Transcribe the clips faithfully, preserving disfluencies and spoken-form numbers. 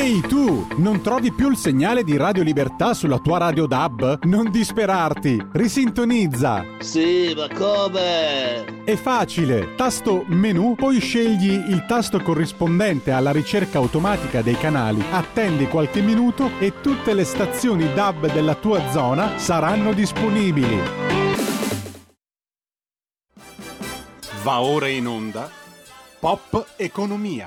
Ehi tu, non trovi più il segnale di Radio Libertà sulla tua radio D A B? Non disperarti, risintonizza! Sì, ma come? È facile, tasto menu, poi scegli il tasto corrispondente alla ricerca automatica dei canali, attendi qualche minuto e tutte le stazioni D A B della tua zona saranno disponibili. Va ora in onda Pop Economia.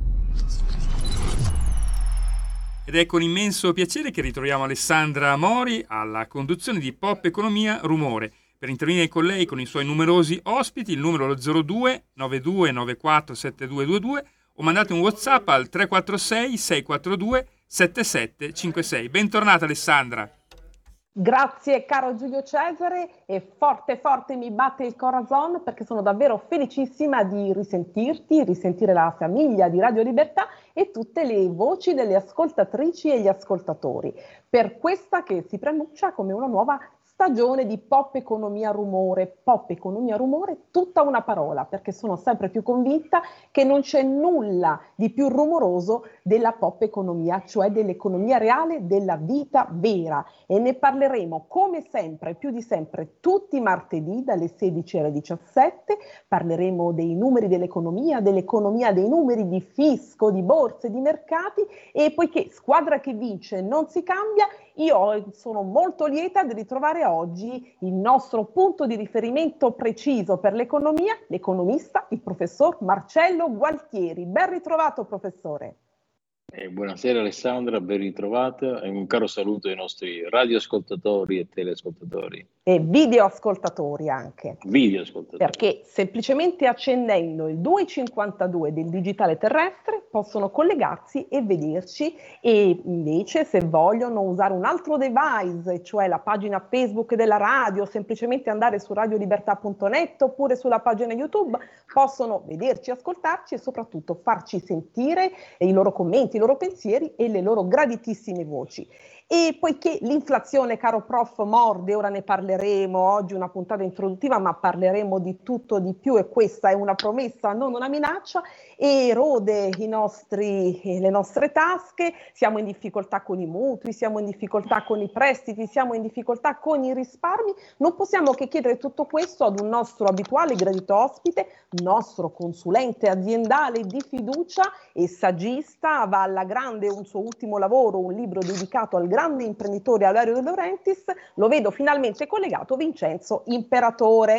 Ed è con immenso piacere che ritroviamo Alessandra Mori alla conduzione di Pop Economia Rumore. Per intervenire con lei con i suoi numerosi ospiti, il numero è zero due nove due nove quattro sette due due due o mandate un WhatsApp al tre quattro sei sei quattro due sette sette cinque sei. Bentornata Alessandra. Grazie caro Giulio Cesare, e forte forte mi batte il corazon perché sono davvero felicissima di risentirti, risentire la famiglia di Radio Libertà e tutte le voci delle ascoltatrici e gli ascoltatori per questa che si preannuncia come una nuova stagione di Pop Economia Rumore. Pop Economia Rumore, tutta una parola, perché sono sempre più convinta che non c'è nulla di più rumoroso della pop economia, cioè dell'economia reale, della vita vera, e ne parleremo come sempre, più di sempre, tutti i martedì dalle sedici alle diciassette. Parleremo dei numeri dell'economia, dell'economia dei numeri, di fisco, di borse, di mercati, e poiché squadra che vince non si cambia, io sono molto lieta di ritrovare oggi il nostro punto di riferimento preciso per l'economia, l'economista, il professor Marcello Gualtieri. Ben ritrovato, professore. Eh, buonasera Alessandra, ben ritrovata, e un caro saluto ai nostri radioascoltatori e teleascoltatori. E videoascoltatori anche. Videoascoltatori. Perché semplicemente accendendo il duecentocinquantadue del digitale terrestre possono collegarsi e vederci, e invece se vogliono usare un altro device, cioè la pagina Facebook della radio, semplicemente andare su radio libertà punto net oppure sulla pagina YouTube, possono vederci, ascoltarci e soprattutto farci sentire i loro commenti, i loro pensieri e le loro graditissime voci. E poiché l'inflazione, caro prof, morde, ora ne parleremo, oggi una puntata introduttiva, ma parleremo di tutto, di più, e questa è una promessa, non una minaccia, e erode i nostri, le nostre tasche, siamo in difficoltà con i mutui, siamo in difficoltà con i prestiti, siamo in difficoltà con i risparmi. Non possiamo che chiedere tutto questo ad un nostro abituale gradito ospite, nostro consulente aziendale di fiducia e saggista. Va alla grande un suo ultimo lavoro, un libro dedicato al grande imprenditore Alario De Laurentiis. Lo vedo finalmente collegato, Vincenzo Imperatore.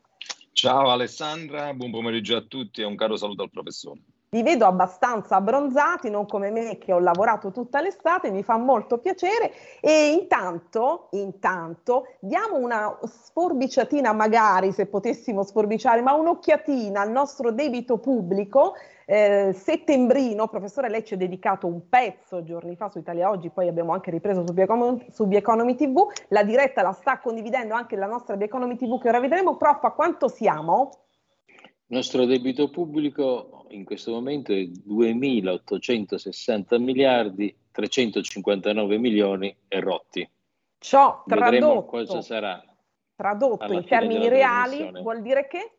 Ciao Alessandra, buon pomeriggio a tutti e un caro saluto al professore. Vi vedo abbastanza abbronzati, non come me che ho lavorato tutta l'estate, mi fa molto piacere. E intanto, intanto diamo una sforbiciatina, magari se potessimo sforbiciare, ma un'occhiatina al nostro debito pubblico eh, settembrino. Professore, lei ci ha dedicato un pezzo giorni fa su Italia Oggi, poi abbiamo anche ripreso su Bieconomy, su Bieconomy T V, la diretta la sta condividendo anche la nostra Bieconomy T V che ora vedremo. Prof, a quanto siamo? Il nostro debito pubblico in questo momento è duemilaottocentosessanta miliardi, trecentocinquantanove milioni e rotti. Ciò Vedremo tradotto, cosa sarà tradotto in termini reali vuol dire che?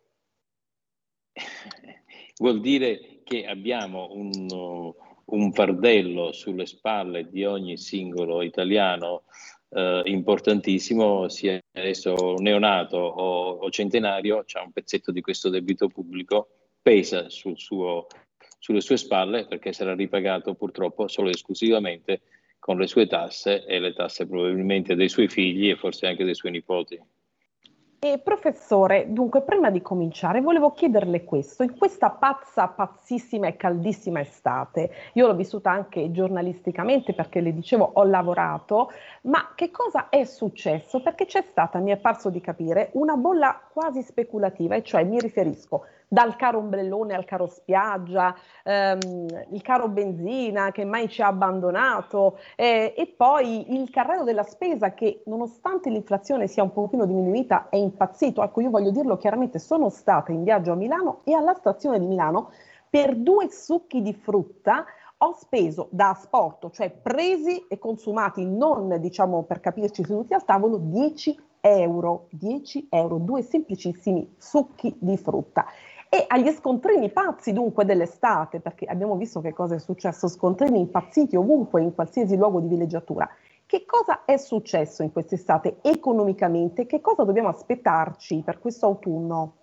Vuol dire che abbiamo un, un fardello sulle spalle di ogni singolo italiano eh, importantissimo, sia adesso neonato o, o centenario, c'ha un pezzetto di questo debito pubblico, pesa sul suo, sulle sue spalle, perché sarà ripagato purtroppo solo e esclusivamente con le sue tasse e le tasse probabilmente dei suoi figli e forse anche dei suoi nipoti. E professore, dunque prima di cominciare volevo chiederle questo: in questa pazza, pazzissima e caldissima estate, io l'ho vissuta anche giornalisticamente perché le dicevo ho lavorato, ma che cosa è successo? Perché c'è stata, mi è parso di capire, una bolla quasi speculativa, e cioè mi riferisco dal caro ombrellone al caro spiaggia, ehm, il caro benzina che mai ci ha abbandonato, eh, e poi il carrello della spesa che nonostante l'inflazione sia un pochino diminuita è impazzito. Ecco, io voglio dirlo chiaramente, sono stata in viaggio a Milano e alla stazione di Milano per due succhi di frutta ho speso da asporto, cioè presi e consumati, non diciamo per capirci seduti al tavolo, dieci euro, dieci euro, due semplicissimi succhi di frutta. e agli scontrini pazzi dunque dell'estate, perché abbiamo visto che cosa è successo, scontrini impazziti ovunque, in qualsiasi luogo di villeggiatura. Che cosa è successo in quest'estate economicamente? Che cosa dobbiamo aspettarci per questo autunno?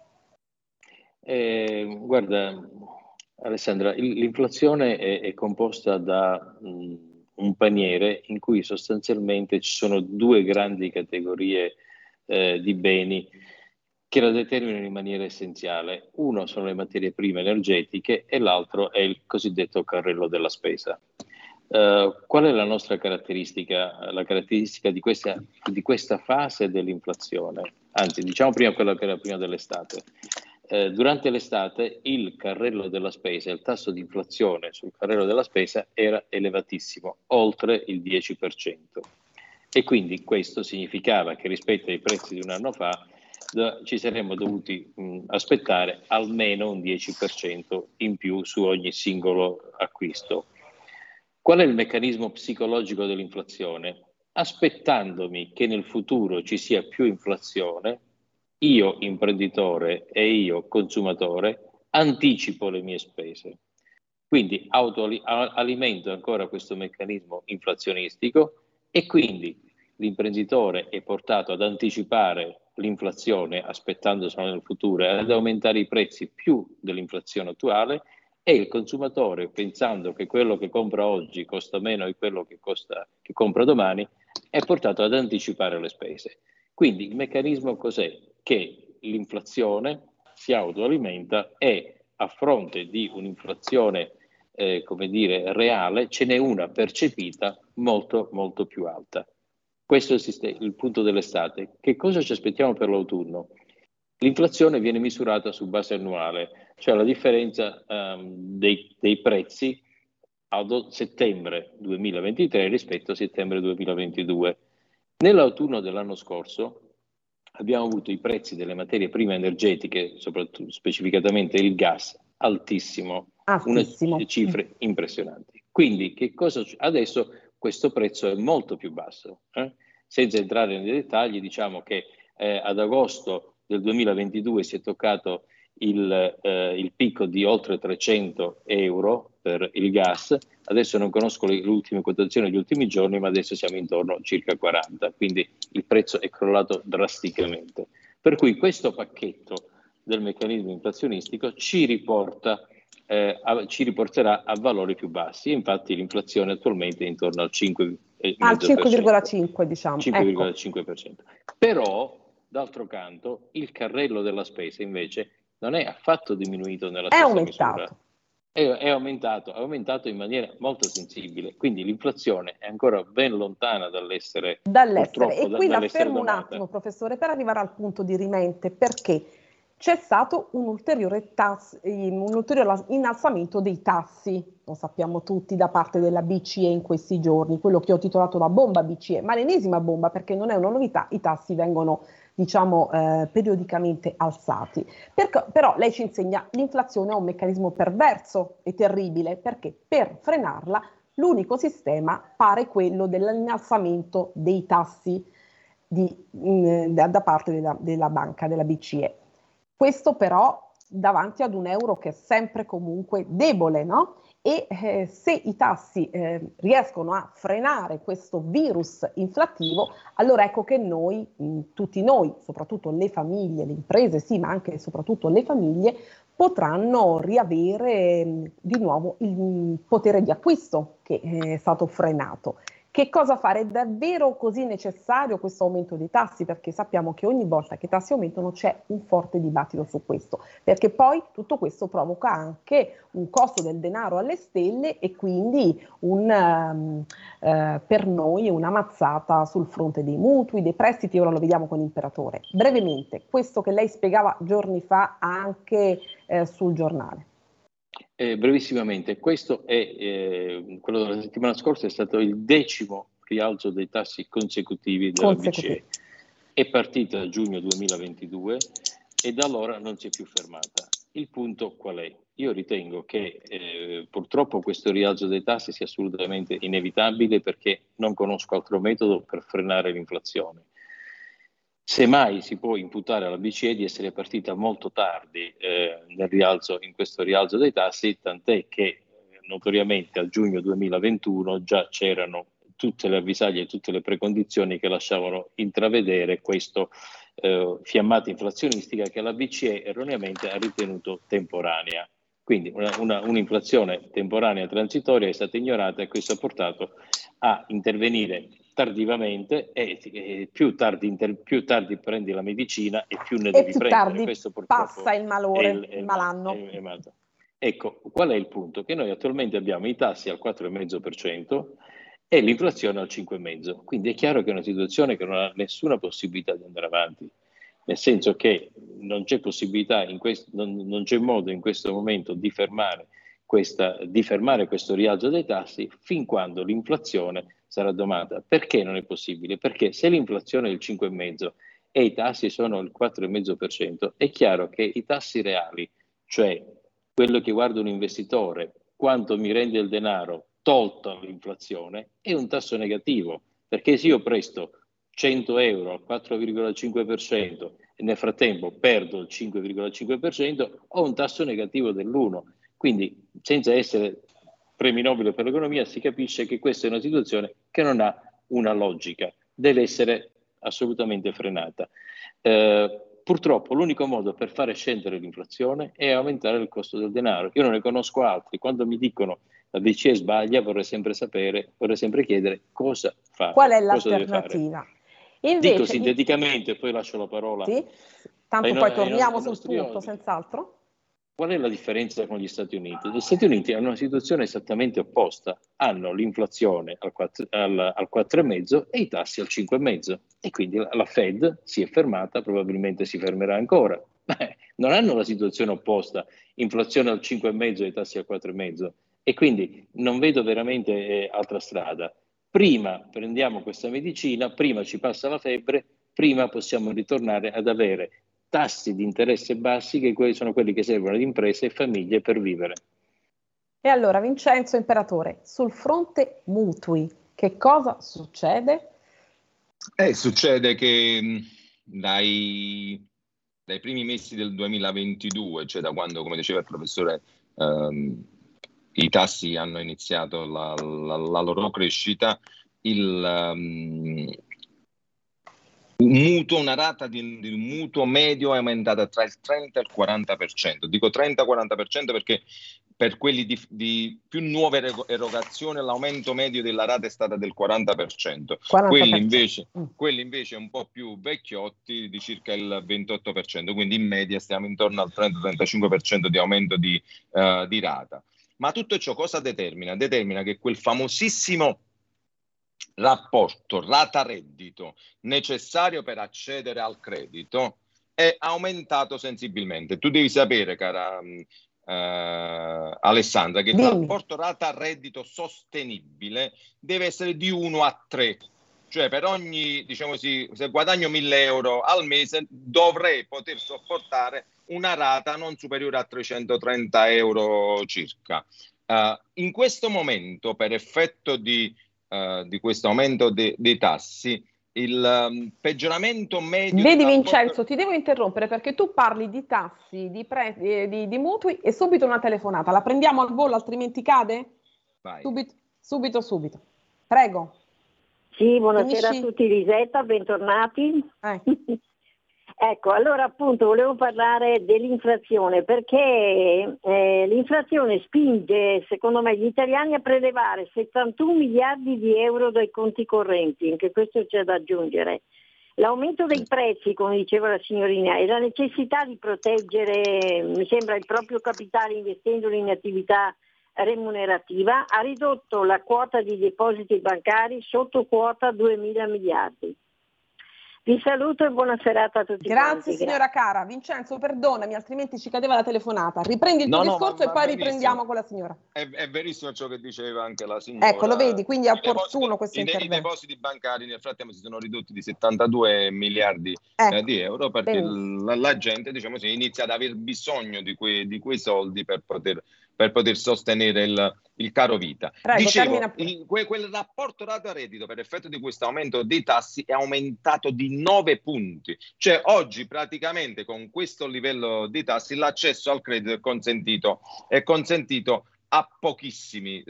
Eh, guarda, Alessandra, l'inflazione è, è composta da mh, un paniere in cui sostanzialmente ci sono due grandi categorie eh, di beni che la determinano in maniera essenziale. Uno sono le materie prime energetiche e l'altro è il cosiddetto carrello della spesa. Uh, qual è la nostra caratteristica, la caratteristica di questa, di questa fase dell'inflazione? Anzi, diciamo prima quella che era prima dell'estate. Uh, durante l'estate il carrello della spesa, il tasso di inflazione sul carrello della spesa era elevatissimo, oltre il dieci per cento. E quindi questo significava che rispetto ai prezzi di un anno fa ci saremmo dovuti mh, aspettare almeno un dieci per cento in più su ogni singolo acquisto. Qual è il meccanismo psicologico dell'inflazione? Aspettandomi che nel futuro ci sia più inflazione, io imprenditore e io consumatore anticipo le mie spese. Quindi autoalimento ancora questo meccanismo inflazionistico e quindi l'imprenditore è portato ad anticipare l'inflazione aspettandosi nel futuro e ad aumentare i prezzi più dell'inflazione attuale, e il consumatore, pensando che quello che compra oggi costa meno di quello che, costa, che compra domani, è portato ad anticipare le spese. Quindi il meccanismo cos'è? Che l'inflazione si autoalimenta e a fronte di un'inflazione eh, come dire, reale, ce n'è una percepita molto molto più alta. Questo è il, sistema, il punto dell'estate. Che cosa ci aspettiamo per l'autunno? L'inflazione viene misurata su base annuale, cioè la differenza um, dei, dei prezzi ad settembre duemilaventitré rispetto a settembre duemilaventidue. Nell'autunno dell'anno scorso abbiamo avuto i prezzi delle materie prime energetiche, soprattutto specificatamente il gas, altissimo, altissimo. Una, cifre impressionanti. Quindi che cosa adesso questo prezzo è molto più basso. Eh? Senza entrare nei dettagli, diciamo che eh, ad agosto del duemilaventidue si è toccato il, eh, il picco di oltre trecento euro per il gas. Adesso non conosco le, le ultime quotazioni degli ultimi giorni, ma adesso siamo intorno a circa quaranta, quindi il prezzo è crollato drasticamente. Per cui questo pacchetto del meccanismo inflazionistico ci riporta eh, a, ci riporterà a valori più bassi. Infatti l'inflazione attualmente è intorno al cinque virgola cinque, diciamo. cinque virgola cinque per cento. Ecco. Però, d'altro canto, il carrello della spesa invece non è affatto diminuito nella stessa è misura. È, è aumentato, è aumentato in maniera molto sensibile. Quindi l'inflazione è ancora ben lontana dall'essere dall'essere. E qui da, la fermo un attimo, professore, per arrivare al punto di rimente, perché c'è stato un ulteriore, tass- un ulteriore innalzamento dei tassi, lo sappiamo tutti, da parte della B C E in questi giorni, quello che ho titolato la bomba B C E, ma l'ennesima bomba, perché non è una novità, i tassi vengono, diciamo, eh, periodicamente alzati. Perché, però lei ci insegna l'inflazione è un meccanismo perverso e terribile, perché per frenarla l'unico sistema pare quello dell'innalzamento dei tassi di, mh, da, da parte della, della banca, della B C E. Questo però davanti ad un euro che è sempre comunque debole, no? E eh, se i tassi eh, riescono a frenare questo virus inflattivo, allora ecco che noi, mh, tutti noi, soprattutto le famiglie, le imprese, sì, ma anche e soprattutto le famiglie, potranno riavere mh, di nuovo il mh, potere di acquisto che è stato frenato. Che cosa fare? È davvero così necessario questo aumento dei tassi? Perché sappiamo che ogni volta che i tassi aumentano c'è un forte dibattito su questo, perché poi tutto questo provoca anche un costo del denaro alle stelle e quindi un, um, uh, per noi una mazzata sul fronte dei mutui, dei prestiti. Ora lo vediamo con l'imperatore. Brevemente, questo che lei spiegava giorni fa anche eh, sul giornale. Eh, brevissimamente, questo è eh, quello della settimana scorsa, è stato il decimo rialzo dei tassi consecutivi della Consecutivi. B C E. È partita a giugno duemilaventidue e da allora non si è più fermata. Il punto qual è? Io ritengo che eh, purtroppo questo rialzo dei tassi sia assolutamente inevitabile, perché non conosco altro metodo per frenare l'inflazione. Semmai si può imputare alla B C E di essere partita molto tardi eh, nel rialzo, in questo rialzo dei tassi, tant'è che eh, notoriamente a giugno duemilaventuno già c'erano tutte le avvisaglie e tutte le precondizioni che lasciavano intravedere questo eh, fiammata inflazionistica che la B C E erroneamente ha ritenuto temporanea. Quindi una, una, un'inflazione temporanea transitoria è stata ignorata e questo ha portato a intervenire tardivamente e, e più, tardi inter, più tardi prendi la medicina e più ne e devi più prendere. tardi Questo passa il malore, è il, è il malanno. È, è, è, ecco, qual è il punto? Che noi attualmente abbiamo i tassi al quattro virgola cinque per cento e l'inflazione al cinque virgola cinque per cento. Quindi è chiaro che è una situazione che non ha nessuna possibilità di andare avanti. Nel senso che non c'è possibilità, in questo, non, non c'è modo in questo momento di fermare, questa, di fermare questo rialzo dei tassi fin quando l'inflazione sarà domata. Perché non è possibile? Perché se l'inflazione è il cinque virgola cinque per cento e i tassi sono il quattro virgola cinque per cento, è chiaro che i tassi reali, cioè quello che guarda un investitore, quanto mi rende il denaro tolto l'inflazione, è un tasso negativo. Perché se io presto cento euro al quattro virgola cinque per cento e nel frattempo perdo il cinque virgola cinque per cento, ho un tasso negativo dell'uno. Quindi, senza essere premi Nobel per l'economia, si capisce che questa è una situazione che non ha una logica, deve essere assolutamente frenata. Eh, purtroppo l'unico modo per fare scendere l'inflazione è aumentare il costo del denaro. Io non ne conosco altri. Quando mi dicono la B C E sbaglia, vorrei sempre sapere, vorrei sempre chiedere cosa fare. Qual è l'alternativa? Invece, Dico sinteticamente, in... poi lascio la parola. Sì? Tanto poi torniamo sul punto, senz'altro. Qual è la differenza con gli Stati Uniti? Gli Stati Uniti hanno una situazione esattamente opposta. Hanno l'inflazione al quattro virgola cinque e i tassi al cinque virgola cinque. E quindi la, la Fed si è fermata, probabilmente si fermerà ancora. Beh, non hanno la situazione opposta, inflazione al cinque virgola cinque e i tassi al quattro virgola cinque. E quindi non vedo veramente eh, altra strada. Prima prendiamo questa medicina, prima ci passa la febbre, prima possiamo ritornare ad avere tassi di interesse bassi, che quelli sono quelli che servono ad imprese e famiglie per vivere. E allora, Vincenzo Imperatore, sul fronte mutui, che cosa succede? Eh, succede che dai, dai primi mesi del duemilaventidue, cioè da quando, come diceva il professore, ehm, i tassi hanno iniziato la, la, la loro crescita, il um, mutuo, una rata di, di mutuo medio è aumentata tra il trenta e il quaranta per cento. Dico trenta quaranta per cento perché per quelli di, di più nuove erogazioni l'aumento medio della rata è stata del quaranta per cento. quaranta per cento. Quelli invece, mm. quelli invece un po' più vecchiotti di circa il ventotto per cento, quindi in media stiamo intorno al trenta trentacinque per cento di aumento di, uh, di rata. Ma tutto ciò cosa determina? Determina che quel famosissimo rapporto rata-reddito necessario per accedere al credito è aumentato sensibilmente. Tu devi sapere, cara eh, Alessandra, che il rapporto rata-reddito sostenibile deve essere di uno a tre. Cioè per ogni, diciamo così, se guadagno mille euro al mese dovrei poter sopportare una rata non superiore a trecentotrenta euro circa. Uh, in questo momento, per effetto di, uh, di questo aumento de- dei tassi, il um, peggioramento medio... Vedi Vincenzo, rapporto... ti devo interrompere perché tu parli di tassi, di, pre- di, di, di mutui e subito una telefonata. La prendiamo al volo, altrimenti cade? Vai. Subito, subito, subito. Prego. Sì, buonasera Finisci... a tutti, Lisetta, bentornati. Eh. Ecco, allora appunto volevo parlare dell'inflazione perché eh, l'inflazione spinge, secondo me, gli italiani a prelevare settantuno miliardi di euro dai conti correnti, anche questo c'è da aggiungere. L'aumento dei prezzi, come diceva la signorina, e la necessità di proteggere, mi sembra, il proprio capitale investendolo in attività remunerativa ha ridotto la quota di depositi bancari sotto quota duemila miliardi. Vi saluto e buona serata a tutti. Grazie quanti. signora Grazie. cara. Vincenzo, perdonami, altrimenti ci cadeva la telefonata. Riprendi il tuo no, discorso no, e poi benissimo. riprendiamo con la signora. È, è verissimo ciò che diceva anche la signora. Ecco, lo vedi, quindi è opportuno I questo i, intervento. I depositi bancari nel frattempo si sono ridotti di settantadue miliardi ecco, eh, di euro perché la, la gente, diciamo, si inizia ad aver bisogno di, que, di quei soldi per poter per poter sostenere il, il caro vita. Prego, Dicevo, il, que, quel rapporto rata-reddito per effetto di questo aumento dei tassi è aumentato di nove punti, cioè oggi praticamente con questo livello di tassi l'accesso al credito è consentito, è consentito a pochissimi.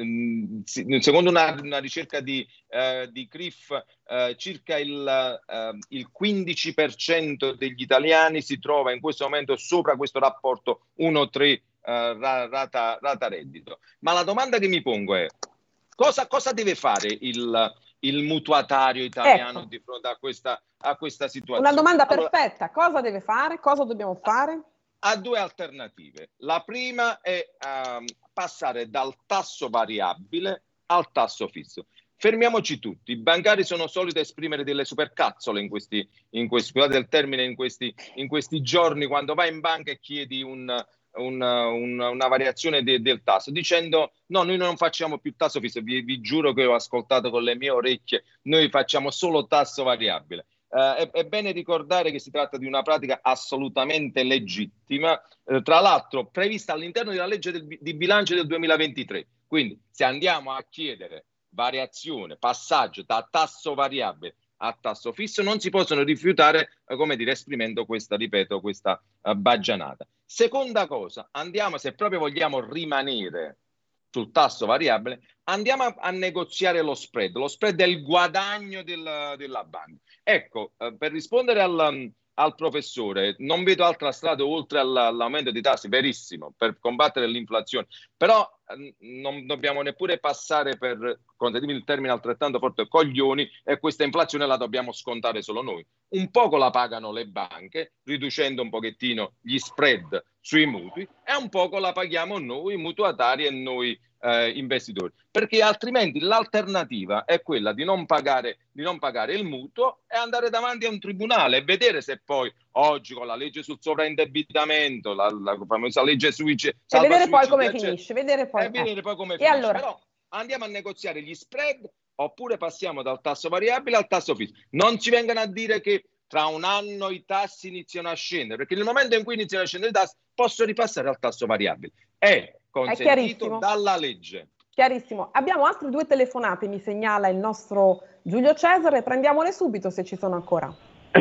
Secondo una, una ricerca di, eh, di C R I F, eh, circa il, eh, il quindici per cento degli italiani si trova in questo momento sopra questo rapporto uno tre eh, rata, rata reddito. Ma la domanda che mi pongo è: cosa, cosa deve fare il, il mutuatario italiano, ecco, di fronte a questa, a questa situazione? Una domanda allora, perfetta. Cosa deve fare? Cosa dobbiamo fare? Ha due alternative. La prima è um, passare dal tasso variabile al tasso fisso. Fermiamoci tutti. I bancari sono soliti esprimere delle supercazzole in questi, in questi, scusate il termine, in questi, in questi giorni, quando vai in banca e chiedi un, un, un, una variazione de, del tasso, dicendo no, noi non facciamo più tasso fisso. Vi, vi giuro che ho ascoltato con le mie orecchie, noi facciamo solo tasso variabile. Uh, è, è bene ricordare che si tratta di una pratica assolutamente legittima, eh, tra l'altro prevista all'interno della legge del, di bilancio del duemilaventitré. Quindi se andiamo a chiedere variazione, passaggio da tasso variabile a tasso fisso, non si possono rifiutare, eh, come dire, esprimendo questa, ripeto, questa uh, baggianata. Seconda cosa, andiamo, se proprio vogliamo rimanere sul tasso variabile, andiamo a, a negoziare lo spread. Lo spread è il guadagno del, della banca. Ecco, eh, per rispondere al, al professore, non vedo altra strada oltre all'aumento di tassi, verissimo, per combattere l'inflazione, però eh, non dobbiamo neppure passare per, consentimi il termine altrettanto forte, coglioni, e questa inflazione la dobbiamo scontare solo noi. Un poco la pagano le banche, riducendo un pochettino gli spread sui mutui, e un poco la paghiamo noi mutuatari e noi eh, investitori, perché altrimenti l'alternativa è quella di non pagare, di non pagare il mutuo e andare davanti a un tribunale e vedere se poi oggi con la legge sul sovraindebitamento, la, la famosa legge sui e vedere poi come finisce, vedere poi, e vedere poi come e finisce. Allora... Però andiamo a negoziare gli spread oppure passiamo dal tasso variabile al tasso fisso. Non ci vengano a dire che tra un anno i tassi iniziano a scendere, perché nel momento in cui iniziano a scendere i tassi posso ripassare al tasso variabile. È consentito È dalla legge. Chiarissimo. Abbiamo altre due telefonate, mi segnala il nostro Giulio Cesare, prendiamole subito se ci sono ancora.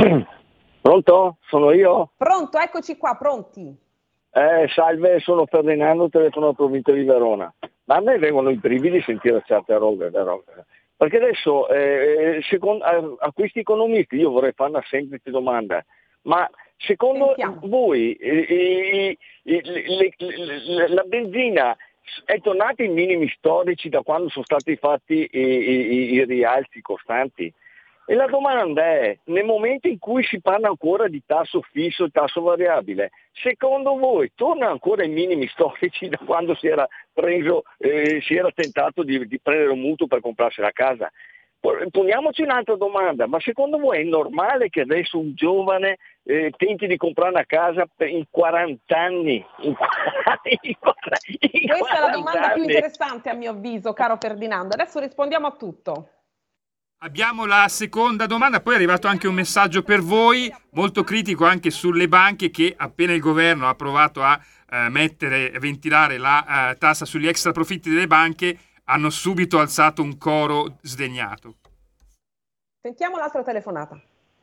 Pronto? Sono io? Pronto, eccoci qua, pronti. Eh, salve, sono Ferdinando, telefono alla provincia di Verona. Ma a me vengono i brividi sentire certe robe, vero? Perché adesso eh, secondo, a, a questi economisti io vorrei fare una semplice domanda. Ma secondo Sentiamo. voi eh, eh, eh, le, le, le, la benzina è tornata ai minimi storici da quando sono stati fatti i, i, i rialzi costanti? E la domanda è, nel momento in cui si parla ancora di tasso fisso e tasso variabile, secondo voi torna ancora ai minimi storici da quando si era preso, eh, si era tentato di, di prendere un mutuo per comprarsi la casa? Poniamoci un'altra domanda, ma secondo voi è normale che adesso un giovane eh, tenti di comprare una casa per, in quaranta anni? In quaranta, in quaranta, in Questa è la domanda anni. più interessante a mio avviso, caro Ferdinando. Adesso rispondiamo a tutto. Abbiamo la seconda domanda, poi è arrivato anche un messaggio per voi, molto critico anche sulle banche, che appena il governo ha provato a eh, mettere, ventilare la eh, tassa sugli extra profitti delle banche, hanno subito alzato un coro sdegnato. Sentiamo l'altra telefonata.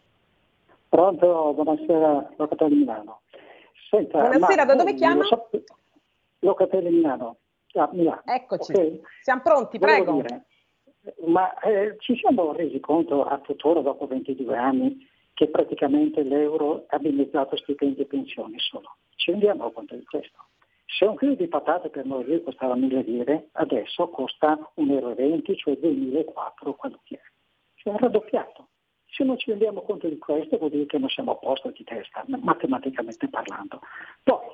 Pronto, buonasera, Locatelli Milano. Senta, buonasera, ma, da dove chiama? So, Locatelli Milano. Ah, Milano. Eccoci, okay. Siamo pronti, Volevo prego. Dire, ma eh, ci siamo resi conto a tuttora, dopo ventidue anni, che praticamente l'euro ha dimezzato stipendi e pensioni solo. Ci rendiamo conto di questo? Se un chilo di patate per noi costava mille lire, adesso costa un euro e venti, cioè duemilaquattro quando è. Cioè è raddoppiato. Se non ci rendiamo conto di questo vuol dire che non siamo a posto di testa, matematicamente parlando. Poi,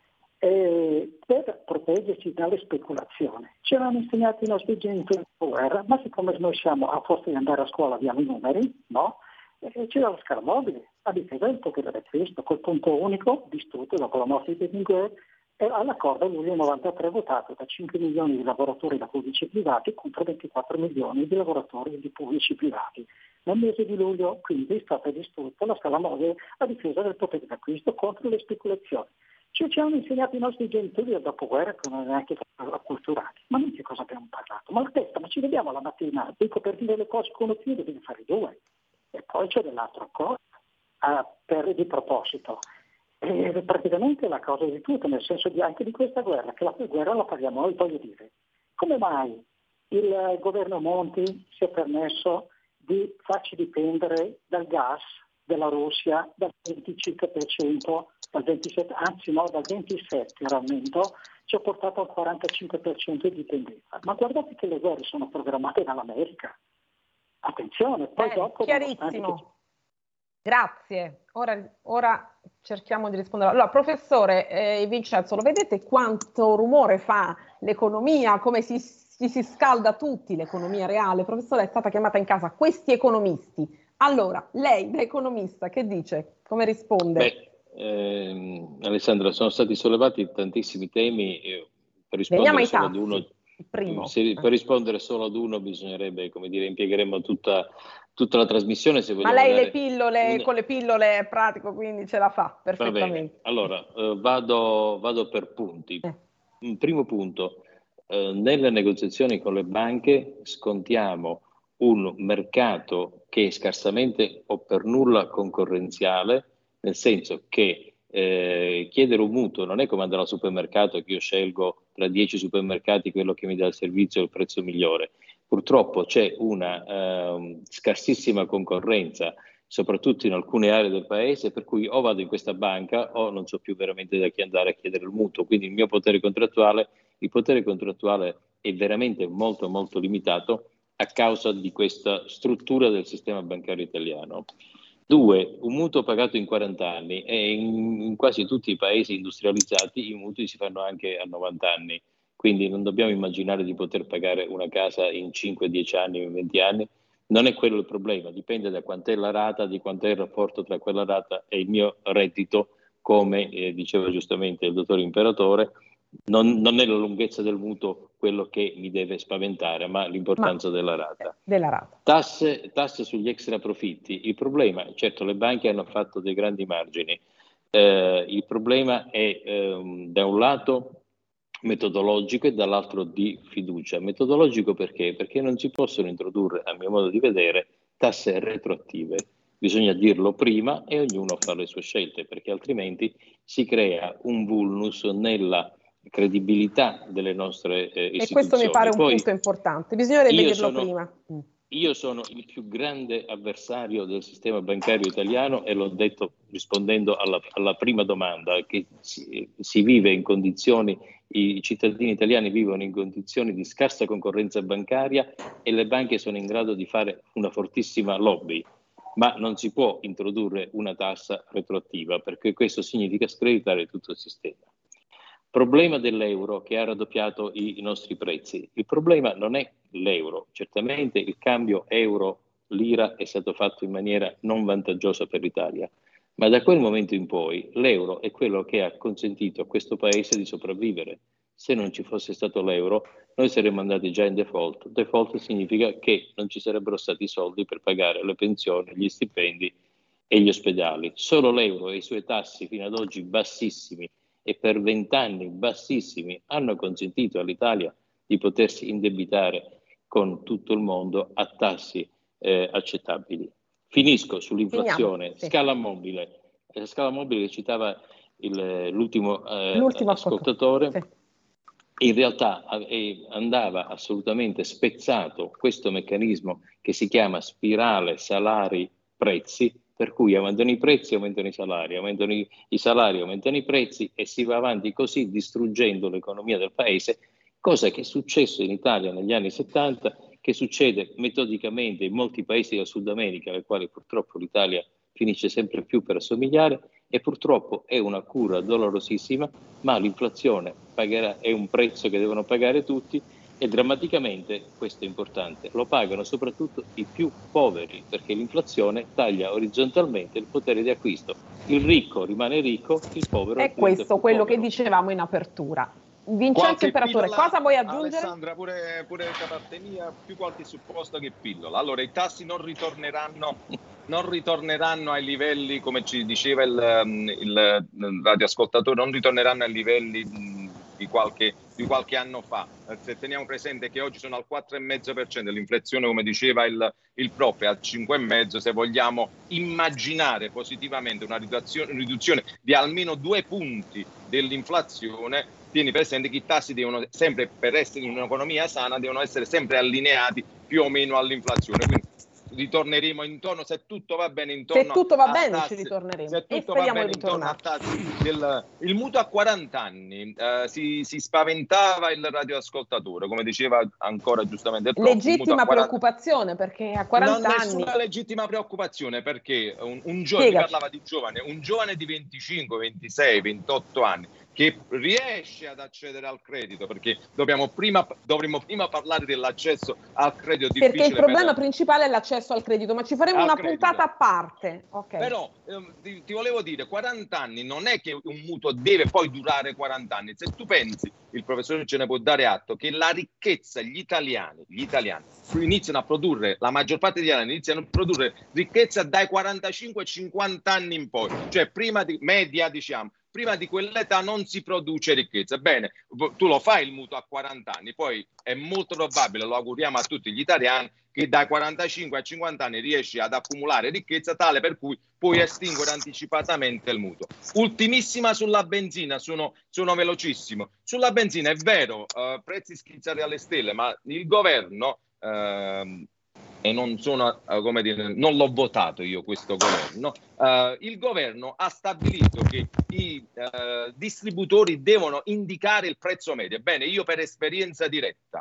eh, per proteggerci dalle speculazioni, ci avevano insegnato i nostri genitori in guerra, ma siccome noi siamo, a forza di andare a scuola abbiamo i numeri, no? E c'era lo scaramobile, a difesa del potere d'acquisto, col punto unico distrutto dopo la morte di Berlinguer, e all'accordo luglio novantatré votato da cinque milioni di lavoratori da pubblici e privati contro ventiquattro milioni di lavoratori di pubblici e privati. Nel mese di luglio quindi è stata distrutta la scala mobile a difesa del potere d'acquisto contro le speculazioni. Ci, ci hanno insegnato i nostri genitori del dopoguerra che non erano neanche acculturati. Ma noi che cosa abbiamo parlato? Ma la testa, ma ci vediamo la mattina, dico per dire le cose con uno zio devi fare due. E poi c'è dell'altra cosa, ah, per, di proposito. E praticamente la cosa di tutto, nel senso di, anche di questa guerra, che la guerra la paghiamo noi, voglio dire. Come mai il governo Monti si è permesso di farci dipendere dal gas della Russia dal venticinque per cento, dal ventisette, anzi no, dal ventisette era aumento, ci ha portato al quarantacinque per cento di dipendenza. Ma guardate che le guerre sono programmate dall'America. Attenzione, poi eh, dopo... Chiarissimo. Che... Grazie. Ora, ora cerchiamo di rispondere. Allora, professore eh, Vincenzo, lo vedete quanto rumore fa l'economia, come si, si, si scalda tutti l'economia reale? Professore, è stata chiamata in casa questi economisti. Allora, lei da economista che dice? Come risponde? Beh, ehm, Alessandra, sono stati sollevati tantissimi temi. Eh, per rispondere solo ad uno, primo. Se, per rispondere solo ad uno bisognerebbe, come dire, impiegheremo tutta, tutta la trasmissione. Se Ma lei dare... le pillole, con le pillole è pratico, quindi ce la fa perfettamente. Va bene. Allora, eh, vado, vado per punti. Eh. Un primo punto, eh, nelle negoziazioni con le banche scontiamo un mercato che è scarsamente o per nulla concorrenziale, nel senso che eh, chiedere un mutuo non è come andare al supermercato che io scelgo tra dieci supermercati quello che mi dà il servizio e il prezzo migliore. Purtroppo c'è una eh, scarsissima concorrenza, soprattutto in alcune aree del paese, per cui o vado in questa banca o non so più veramente da chi andare a chiedere il mutuo. Quindi il mio potere contrattuale, il potere contrattuale è veramente molto molto limitato a causa di questa struttura del sistema bancario italiano. Due, un mutuo pagato in quaranta anni, e in, in quasi tutti i paesi industrializzati i mutui si fanno anche a novanta anni, quindi non dobbiamo immaginare di poter pagare una casa in cinque, dieci anni, in venti anni. Non è quello il problema, dipende da quant'è la rata, di quant'è il rapporto tra quella rata e il mio reddito, come eh, diceva giustamente il dottor Imperatore. Non, non è la lunghezza del mutuo quello che mi deve spaventare, ma l'importanza ma, della rata. Della rata. Tasse, tasse sugli extra profitti. Il problema, certo, le banche hanno fatto dei grandi margini. Eh, il problema è ehm, da un lato metodologico e dall'altro di fiducia. Metodologico perché? Perché non si possono introdurre, a mio modo di vedere, tasse retroattive. Bisogna dirlo prima e ognuno fa le sue scelte, perché altrimenti si crea un vulnus nella credibilità delle nostre eh, istituzioni. E questo mi pare un Poi, punto importante, bisognerebbe dirlo sono, prima. Io sono il più grande avversario del sistema bancario italiano e l'ho detto rispondendo alla, alla prima domanda, che si, si vive in condizioni, i cittadini italiani vivono in condizioni di scarsa concorrenza bancaria e le banche sono in grado di fare una fortissima lobby, ma non si può introdurre una tassa retroattiva perché questo significa screditare tutto il sistema. Problema dell'euro che ha raddoppiato i, i nostri prezzi. Il problema non è l'euro, certamente il cambio euro-lira è stato fatto in maniera non vantaggiosa per l'Italia, ma da quel momento in poi l'euro è quello che ha consentito a questo paese di sopravvivere. Se non ci fosse stato l'euro, noi saremmo andati già in default. Default significa che non ci sarebbero stati i soldi per pagare le pensioni, gli stipendi e gli ospedali. Solo l'euro e i suoi tassi fino ad oggi bassissimi e per vent'anni bassissimi hanno consentito all'Italia di potersi indebitare con tutto il mondo a tassi eh, accettabili. Finisco sull'inflazione, Finiamo, sì. scala mobile. La scala mobile che citava il, l'ultimo, eh, l'ultimo ascoltatore, sì. In realtà eh, andava assolutamente spezzato questo meccanismo che si chiama spirale salari-prezzi, per cui aumentano i prezzi, aumentano i salari, aumentano i, i salari, aumentano i prezzi e si va avanti così distruggendo l'economia del paese, cosa che è successo in Italia negli anni settanta, che succede metodicamente in molti paesi del Sud America, ai quali purtroppo l'Italia finisce sempre più per assomigliare, e purtroppo è una cura dolorosissima, ma l'inflazione pagherà, è un prezzo che devono pagare tutti e drammaticamente, questo è importante, lo pagano soprattutto i più poveri, perché l'inflazione taglia orizzontalmente il potere di acquisto. Il ricco rimane ricco, il povero è questo quello povero. Che dicevamo in apertura. Vincenzo Imperatore, cosa vuoi aggiungere? Alessandra, pure, pure da parte mia, più qualche supposto che pillola. Allora, i tassi non ritorneranno, non ritorneranno ai livelli, come ci diceva il, il, il radioascoltatore, non ritorneranno ai livelli di qualche, di qualche anno fa. Se teniamo presente che oggi sono al quattro virgola cinque per cento, l'inflazione, come diceva il, il Prof, è al cinque virgola cinque per cento, se vogliamo immaginare positivamente una riduzione, riduzione di almeno due punti dell'inflazione, tieni presente che i tassi devono sempre, per essere in un'economia sana, devono essere sempre allineati più o meno all'inflazione. Quindi ritorneremo intorno, se tutto va bene, intorno se tutto va a bene tassi, ci ritorneremo se e tutto va speriamo bene, di intorno a ritornare. tassi del, il mutuo a quaranta anni, eh, si, si spaventava il radioascoltatore, come diceva ancora giustamente il Prof, legittima preoccupazione, perché a quaranta non anni nessuna legittima preoccupazione, perché un, un giovane, parlava di giovane, un giovane di venticinque, ventisei, ventotto anni che riesce ad accedere al credito, perché dobbiamo prima, dovremmo prima parlare dell'accesso al credito difficile. Perché il problema per... principale è l'accesso al credito, ma ci faremo al una credito. puntata a parte. Okay. Però eh, ti, ti volevo dire, quaranta anni non è che un mutuo deve poi durare quaranta anni. Se tu pensi, il professore ce ne può dare atto, che la ricchezza, gli italiani, gli italiani iniziano a produrre, la maggior parte degli italiani iniziano a produrre ricchezza dai quarantacinque cinquanta anni in poi, cioè prima di media, diciamo. Prima di quell'età non si produce ricchezza. Bene, tu lo fai il mutuo a quaranta anni, poi è molto probabile, lo auguriamo a tutti gli italiani, che dai quarantacinque a cinquanta anni riesci ad accumulare ricchezza tale per cui puoi estinguere anticipatamente il mutuo. Ultimissima sulla benzina, sono, sono velocissimo. Sulla benzina è vero, eh, prezzi schizzati alle stelle, ma il governo... Eh, e non sono, uh, come dire, non l'ho votato io questo governo, uh, il governo ha stabilito che i uh, distributori devono indicare il prezzo medio. Bene, io per esperienza diretta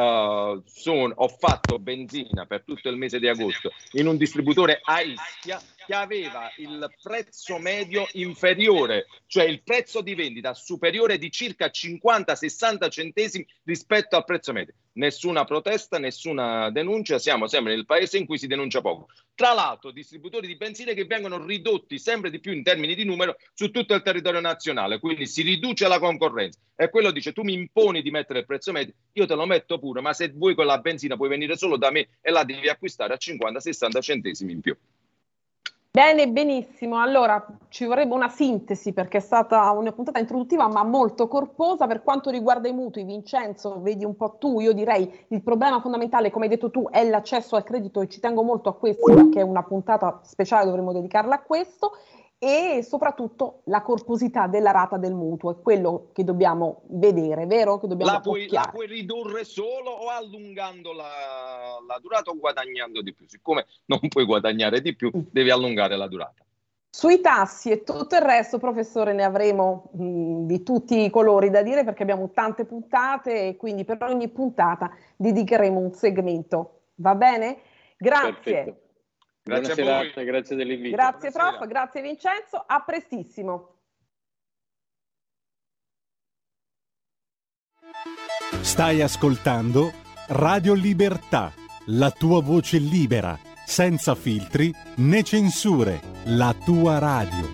uh, sono, ho fatto benzina per tutto il mese di agosto in un distributore a Ischia che aveva il prezzo medio inferiore, cioè il prezzo di vendita superiore di circa cinquanta sessanta centesimi rispetto al prezzo medio. Nessuna protesta, nessuna denuncia, siamo sempre nel paese in cui si denuncia poco. Tra l'altro distributori di benzine che vengono ridotti sempre di più in termini di numero su tutto il territorio nazionale, quindi si riduce la concorrenza. E quello dice: tu mi imponi di mettere il prezzo medio, io te lo metto pure, ma se vuoi quella benzina puoi venire solo da me e la devi acquistare a cinquanta sessanta centesimi in più. Bene, benissimo. Allora, ci vorrebbe una sintesi perché è stata una puntata introduttiva ma molto corposa. Per quanto riguarda i mutui, Vincenzo, vedi un po' tu, io direi il problema fondamentale, come hai detto tu, è l'accesso al credito e ci tengo molto a questo perché una puntata speciale dovremmo dedicarla a questo, e soprattutto la corposità della rata del mutuo, è quello che dobbiamo vedere, vero? Che dobbiamo la, puoi, la puoi ridurre solo o allungando la, la durata o guadagnando di più. Siccome non puoi guadagnare di più, devi allungare la durata. Sui tassi e tutto il resto, professore, ne avremo mh, di tutti i colori da dire perché abbiamo tante puntate e quindi per ogni puntata dedicheremo un segmento. Va bene? Grazie. Perfetto. Grazie Buona a serata, voi. Grazie dell'invito. Grazie Buonasera. Prof, grazie Vincenzo, a prestissimo. Stai ascoltando Radio Libertà, la tua voce libera, senza filtri né censure, la tua radio.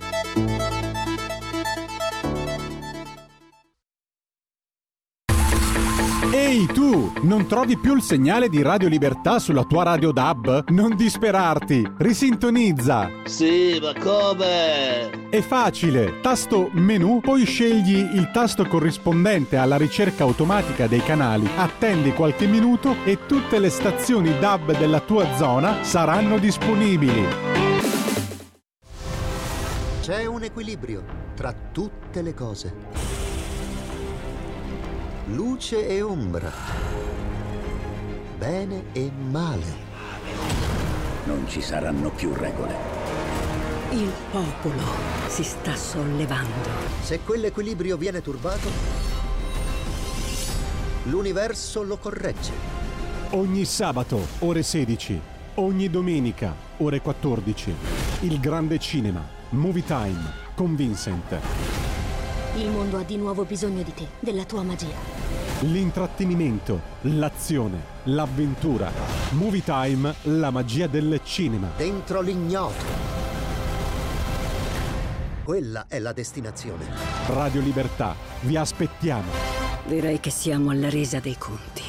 Ehi tu, non trovi più il segnale di Radio Libertà sulla tua radio D A B? Non disperarti, risintonizza! Sì, ma come? È facile, tasto menu, poi scegli il tasto corrispondente alla ricerca automatica dei canali, attendi qualche minuto e tutte le stazioni D A B della tua zona saranno disponibili. C'è un equilibrio tra tutte le cose. Luce e ombra, bene e male. Non ci saranno più regole. Il popolo si sta sollevando. Se quell'equilibrio viene turbato, l'universo lo corregge. Ogni sabato, ore sedici. Ogni domenica, ore quattordici. Il grande cinema, Movie Time, con Vincent. Il mondo ha di nuovo bisogno di te, della tua magia. L'intrattenimento, l'azione, l'avventura. Movie Time, la magia del cinema. Dentro l'ignoto. Quella è la destinazione. Radio Libertà, vi aspettiamo. Direi che siamo alla resa dei conti.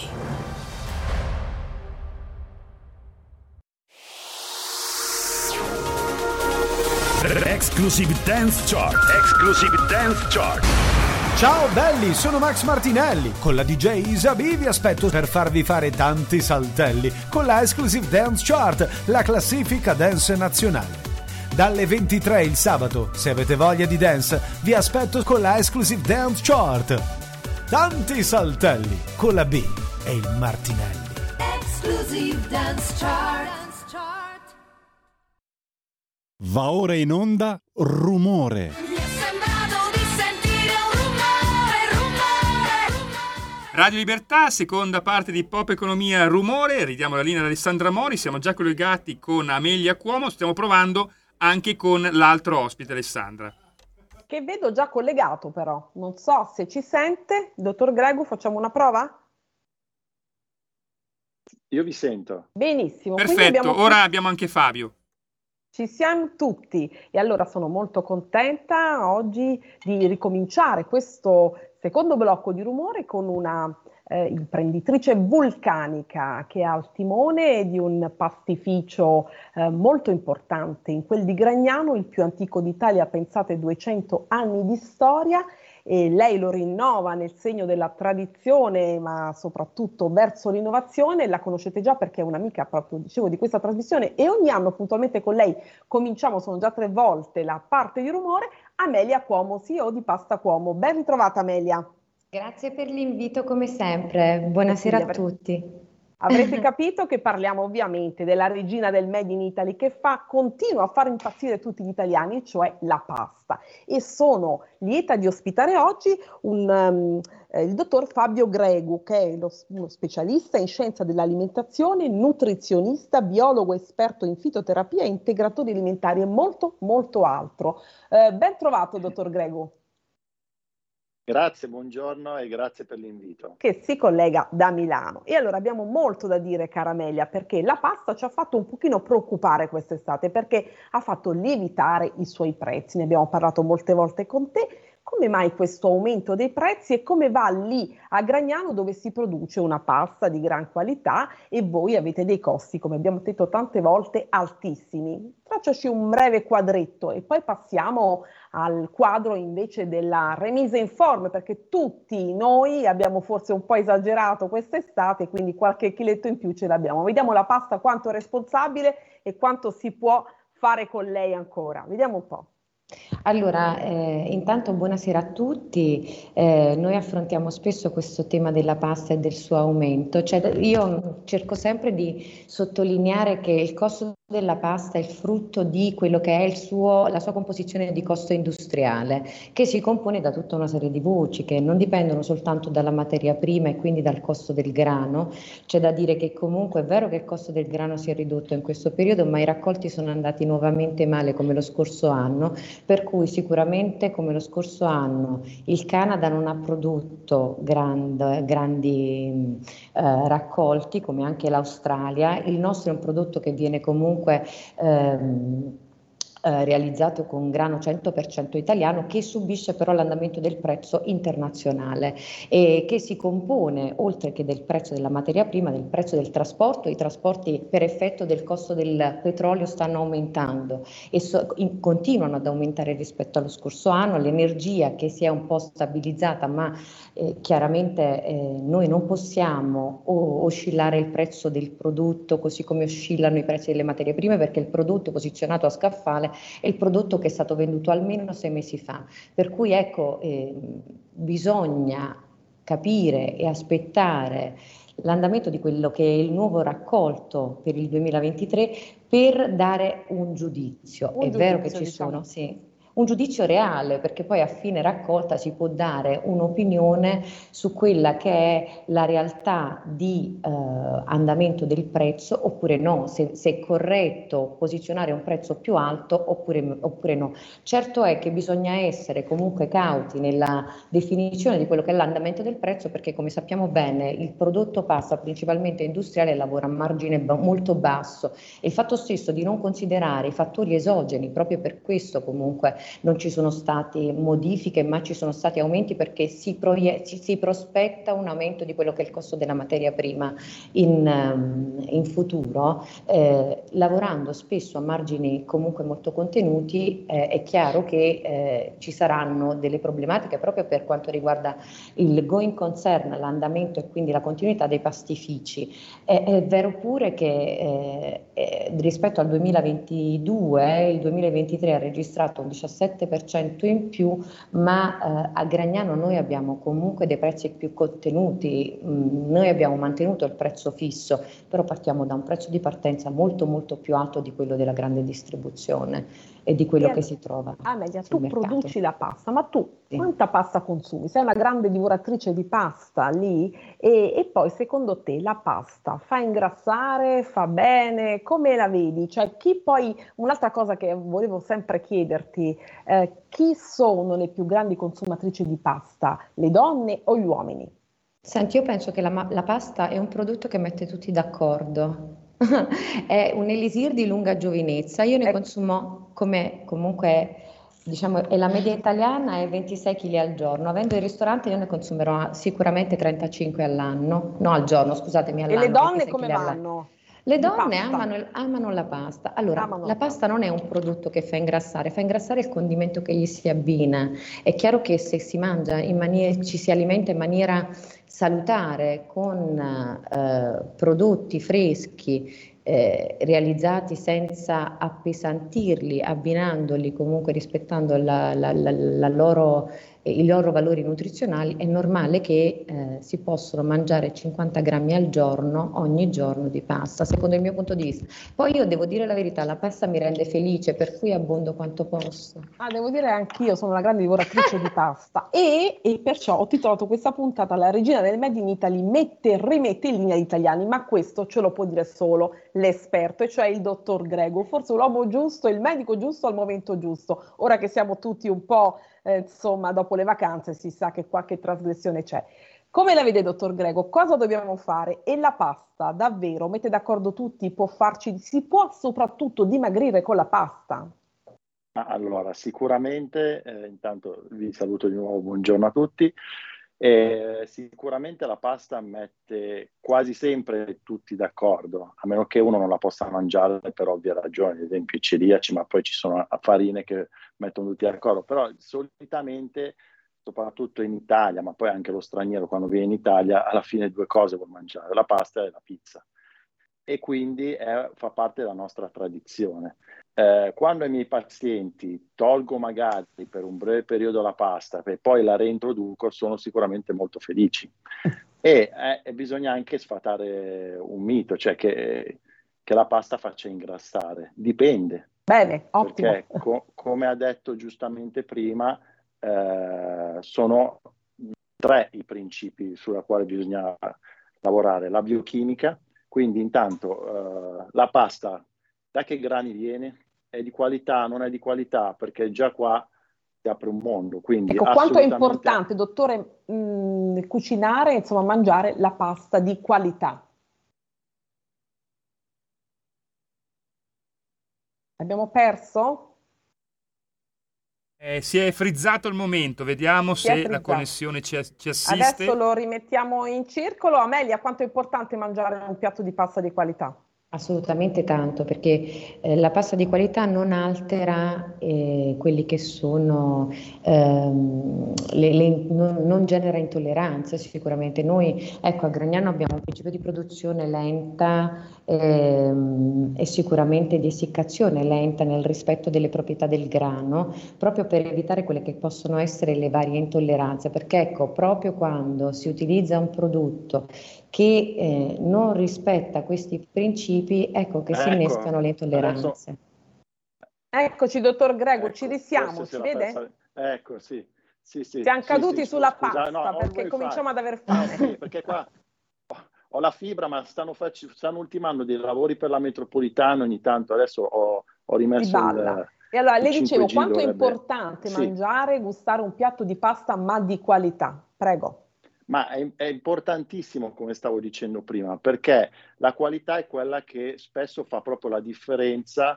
Exclusive Dance Chart. Exclusive Dance Chart. Ciao belli, sono Max Martinelli. Con la D J Isabi vi aspetto per farvi fare tanti saltelli con la Exclusive Dance Chart, la classifica dance nazionale. Dalle ventitré il sabato, se avete voglia di dance, vi aspetto con la Exclusive Dance Chart. Tanti saltelli con la B e il Martinelli. Exclusive Dance Chart. Va ora in onda Rumore. Radio Libertà, seconda parte di Pop Economia Rumore. Ridiamo la linea ad Alessandra Mori. Siamo già collegati con Amelia Cuomo. Stiamo provando anche con l'altro ospite, Alessandra. Che vedo già collegato però. Non so se ci sente. Dottor Gregu, facciamo una prova? Io vi sento. Benissimo. Perfetto, abbiamo... ora abbiamo anche Fabio. Ci siamo tutti e allora sono molto contenta oggi di ricominciare questo secondo blocco di Rumore con una eh, imprenditrice vulcanica che ha al timone di un pastificio eh, molto importante, in quel di Gragnano, il più antico d'Italia, pensate duecento anni di storia. E lei lo rinnova nel segno della tradizione, ma soprattutto verso l'innovazione. La conoscete già perché è un'amica, proprio dicevo, di questa trasmissione, e ogni anno puntualmente con lei cominciamo, sono già tre volte, la parte di Rumore. Amelia Cuomo, C E O di Pasta Cuomo. Ben ritrovata Amelia. Grazie per l'invito come sempre, buonasera a tutti. Avrete capito che parliamo ovviamente della regina del Made in Italy che fa, continua a far impazzire tutti gli italiani, cioè la pasta. E sono lieta di ospitare oggi un, um, eh, il dottor Fabio Gregu, che è lo, uno specialista in scienza dell'alimentazione, nutrizionista, biologo esperto in fitoterapia e integratori alimentari e molto molto altro. Eh, ben trovato dottor Gregu. Grazie, buongiorno e grazie per l'invito. Che si collega da Milano. E allora abbiamo molto da dire, cara Amelia, perché la pasta ci ha fatto un pochino preoccupare quest'estate, perché ha fatto lievitare i suoi prezzi. Ne abbiamo parlato molte volte con te. Come mai questo aumento dei prezzi e come va lì a Gragnano, dove si produce una pasta di gran qualità e voi avete dei costi, come abbiamo detto tante volte, altissimi? Facciaci un breve quadretto e poi passiamo al quadro invece della remise in forme, perché tutti noi abbiamo forse un po' esagerato quest'estate, quindi qualche chiletto in più ce l'abbiamo. Vediamo la pasta quanto è responsabile e quanto si può fare con lei ancora. Vediamo un po'. Allora, eh, intanto buonasera a tutti. Eh, noi affrontiamo spesso questo tema della pasta e del suo aumento. Cioè, io cerco sempre di sottolineare che il costo della pasta è il frutto di quello che è il suo, la sua composizione di costo industriale, che si compone da tutta una serie di voci che non dipendono soltanto dalla materia prima e quindi dal costo del grano. C'è da dire che comunque è vero che il costo del grano si è ridotto in questo periodo, ma i raccolti sono andati nuovamente male come lo scorso anno, per cui sicuramente come lo scorso anno il Canada non ha prodotto grand, grandi eh, raccolti come anche l'Australia. Il nostro è un prodotto che viene comunque ehm, eh, realizzato con grano cento per cento italiano, che subisce però l'andamento del prezzo internazionale e che si compone, oltre che del prezzo della materia prima, del prezzo del trasporto. I trasporti per effetto del costo del petrolio stanno aumentando e so, in, continuano ad aumentare rispetto allo scorso anno. L'energia che si è un po' stabilizzata, ma eh, chiaramente eh, noi non possiamo o, oscillare il prezzo del prodotto così come oscillano i prezzi delle materie prime, perché il prodotto posizionato a scaffale è il prodotto che è stato venduto almeno sei mesi fa, per cui ecco eh, bisogna capire e aspettare l'andamento di quello che è il nuovo raccolto per il duemilaventitré per dare un giudizio. Un è giudizio, vero che ci diciamo. sono, sì. Un giudizio reale, perché poi a fine raccolta si può dare un'opinione su quella che è la realtà di eh, andamento del prezzo oppure no, se, se è corretto posizionare un prezzo più alto oppure, oppure no. Certo è che bisogna essere comunque cauti nella definizione di quello che è l'andamento del prezzo, perché come sappiamo bene il prodotto pasta principalmente industriale lavora a margine ba- molto basso e il fatto stesso di non considerare i fattori esogeni, proprio per questo comunque non ci sono state modifiche, ma ci sono stati aumenti perché si, proie- si, si prospetta un aumento di quello che è il costo della materia prima in, um, in futuro, eh, lavorando spesso a margini comunque molto contenuti. Eh, è chiaro che eh, ci saranno delle problematiche proprio per quanto riguarda il going concern, l'andamento e quindi la continuità dei pastifici. È, è vero pure che eh, eh, rispetto al duemilaventidue il duemilaventitré ha registrato un diciassette per cento in più, ma eh, a Gragnano noi abbiamo comunque dei prezzi più contenuti. Mm, noi abbiamo mantenuto il prezzo fisso, però partiamo da un prezzo di partenza molto molto più alto di quello della grande distribuzione e di quello E che si trova. Amelia, sul tu mercato. produci la pasta, ma tu Sì. quanta pasta consumi? Sei una grande divoratrice di pasta lì e, e poi secondo te la pasta fa ingrassare, fa bene? Come la vedi? Cioè chi poi, un'altra cosa che volevo sempre chiederti, eh, chi sono le più grandi consumatrici di pasta? Le donne o gli uomini? Senti, io penso che la, ma- la pasta è un prodotto che mette tutti d'accordo. È un elisir di lunga giovinezza. Io ne consumo come comunque, diciamo, è la media italiana è ventisei chili al giorno. Avendo il ristorante io ne consumerò sicuramente trentacinque all'anno, no al giorno, scusatemi, E all'anno. le donne ventisei come chili all'anno. vanno? Le Di donne pasta? amano, amano la pasta. Allora, Amano la la pasta non è un prodotto che fa ingrassare, fa ingrassare il condimento che gli si abbina. È chiaro che se si mangia in maniera, ci si alimenta in maniera salutare con eh, prodotti freschi, eh, realizzati senza appesantirli, abbinandoli comunque rispettando la, la, la, la loro, eh, i loro valori nutrizionali, è normale che eh, si possono mangiare cinquanta grammi al giorno, ogni giorno di pasta, secondo il mio punto di vista. Poi io devo dire la verità, la pasta mi rende felice, per cui abbondo quanto posso. Ah, devo dire anch'io sono una grande divoratrice di pasta e, e perciò ho titolato questa puntata La regina del Made in Italy mette e rimette in linea gli italiani, ma questo ce lo può dire solo l'esperto, e cioè il dottor Greco, forse l'uomo giusto, il medico giusto al momento giusto. Ora che siamo tutti un po', eh, insomma, dopo le vacanze si sa che qualche trasgressione c'è. Come la vede, dottor Greco? Cosa dobbiamo fare? E la pasta, davvero, mette d'accordo tutti? Può farci, si può soprattutto dimagrire con la pasta? Allora, sicuramente, eh, intanto vi saluto di nuovo, buongiorno a tutti. Eh, sicuramente la pasta mette quasi sempre tutti d'accordo, a meno che uno non la possa mangiare per ovvie ragioni, ad esempio i celiaci, ma poi ci sono farine che mettono tutti d'accordo. Però solitamente, soprattutto in Italia, ma poi anche lo straniero quando viene in Italia, alla fine due cose vuol mangiare, la pasta e la pizza. E quindi è, fa parte della nostra tradizione. Eh, quando ai miei pazienti tolgo magari per un breve periodo la pasta e poi la reintroduco, sono sicuramente molto felici. E eh, bisogna anche sfatare un mito, cioè che, che la pasta faccia ingrassare. Dipende. Bene, ottimo. Perché, co- come ha detto giustamente prima, eh, sono tre i principi sulla quale bisogna lavorare. La biochimica, quindi intanto eh, la pasta da che grani viene? È di qualità, non è di qualità? Perché già qua si apre un mondo. Quindi ecco, quanto è assolutamente... importante, dottore, mh, cucinare, insomma, mangiare la pasta di qualità. Abbiamo perso? Eh, si è frizzato il momento, vediamo Si è se la frizzato. connessione ci, ci assiste. Adesso lo rimettiamo in circolo. Amelia, quanto è importante mangiare un piatto di pasta di qualità? Assolutamente tanto, perché eh, la pasta di qualità non altera eh, quelli che sono, ehm, le, le, non, non genera intolleranze sicuramente. Noi, ecco, a Gragnano abbiamo un principio di produzione lenta ehm, e sicuramente di essiccazione lenta nel rispetto delle proprietà del grano, proprio per evitare quelle che possono essere le varie intolleranze, perché ecco, proprio quando si utilizza un prodotto che eh, non rispetta questi principi, ecco che si Ecco, innescano le intolleranze. adesso- Eccoci, dottor Grego, Ecco, ci risiamo, forse se ci la vede? passa- Ecco, sì. Sì, sì, Siamo sì, caduti sì, sulla scusa, pasta no, ho perché il cominciamo wifi. ad aver Eh, fame. sì, perché qua ho la fibra, ma stanno, fac- stanno ultimando dei lavori per la metropolitana ogni tanto. Adesso ho, ho Di rimesso balla. il, E allora il le dicevo, cinque G quanto è dovrebbe... importante Sì. mangiare, gustare un piatto di pasta ma di qualità? Prego. Ma è, è importantissimo, come stavo dicendo prima, perché la qualità è quella che spesso fa proprio la differenza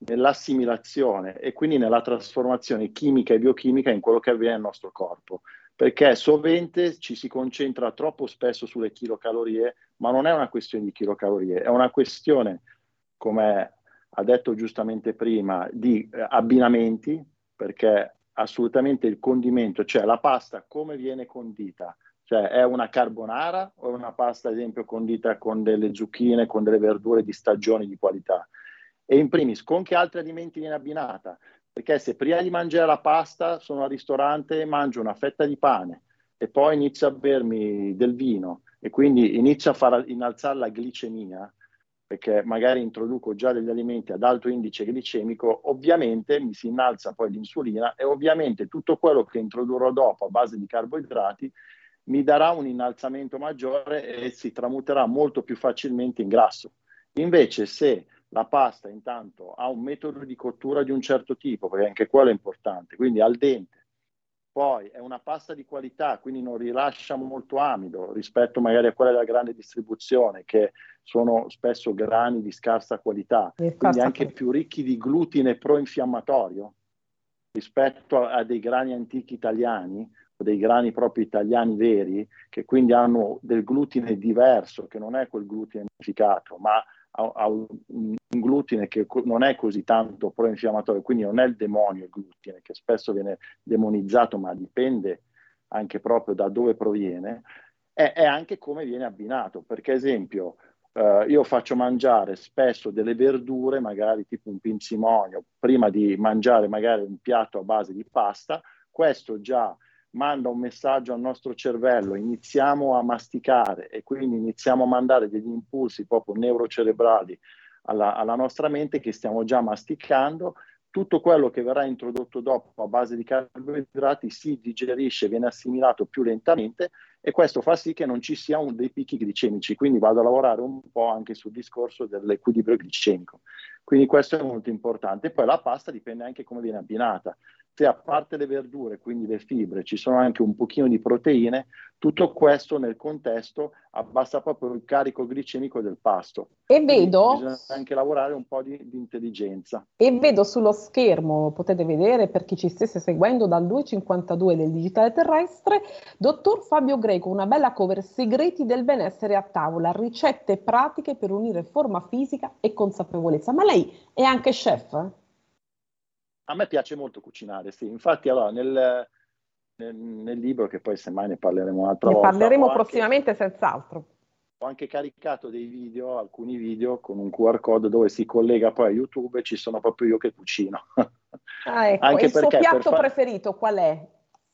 nell'assimilazione e quindi nella trasformazione chimica e biochimica in quello che avviene nel nostro corpo, perché sovente ci si concentra troppo spesso sulle chilocalorie, ma non è una questione di chilocalorie, è una questione, come ha detto giustamente prima, di eh, abbinamenti, perché assolutamente il condimento, cioè la pasta come viene condita, cioè è una carbonara o è una pasta ad esempio condita con delle zucchine, con delle verdure di stagione di qualità, e in primis con che altri alimenti viene abbinata, perché se prima di mangiare la pasta sono al ristorante e mangio una fetta di pane e poi inizio a bermi del vino e quindi inizio a far innalzare la glicemia, perché magari introduco già degli alimenti ad alto indice glicemico, ovviamente mi si innalza poi l'insulina e ovviamente tutto quello che introdurrò dopo a base di carboidrati mi darà un innalzamento maggiore e si tramuterà molto più facilmente in grasso. Invece se la pasta intanto ha un metodo di cottura di un certo tipo, perché anche quello è importante, quindi al dente, poi è una pasta di qualità, quindi non rilascia molto amido rispetto magari a quella della grande distribuzione, che sono spesso grani di scarsa qualità, quindi anche più ricchi di glutine pro-infiammatorio rispetto a, a dei grani antichi italiani, o dei grani proprio italiani veri, che quindi hanno del glutine diverso, che non è quel glutine modificato, ma ha, ha un, un glutine che non è così tanto pro-infiammatorio, quindi non è il demonio il glutine, che spesso viene demonizzato, ma dipende anche proprio da dove proviene, è, è anche come viene abbinato, perché esempio eh, io faccio mangiare spesso delle verdure, magari tipo un pinzimonio, prima di mangiare magari un piatto a base di pasta, questo già manda un messaggio al nostro cervello, iniziamo a masticare e quindi iniziamo a mandare degli impulsi proprio neurocerebrali alla, alla nostra mente che stiamo già masticando. Tutto quello che verrà introdotto dopo a base di carboidrati si digerisce, viene assimilato più lentamente e questo fa sì che non ci sia un, dei picchi glicemici, quindi vado a lavorare un po' anche sul discorso dell'equilibrio glicemico. Quindi questo è molto importante. Poi la pasta dipende anche come viene abbinata. Se a parte le verdure, quindi le fibre, ci sono anche un pochino di proteine, tutto questo nel contesto abbassa proprio il carico glicemico del pasto. E vedo, quindi bisogna anche lavorare un po' di, di intelligenza. E vedo sullo schermo, potete vedere per chi ci stesse seguendo dal duecentocinquantadue del Digitale Terrestre, dottor Fabio Greco, una bella cover, segreti del benessere a tavola, ricette pratiche per unire forma fisica e consapevolezza. Ma lei è anche chef? A me piace molto cucinare, sì. Infatti, allora, nel, nel, nel libro, che poi semmai ne parleremo un'altra ne volta. Ne parleremo anche, prossimamente, senz'altro. Ho anche caricato dei video, alcuni video, con un Q R code dove si collega poi a YouTube e ci sono proprio io che cucino. Ah, ecco. Anche il suo piatto per fa... preferito qual è?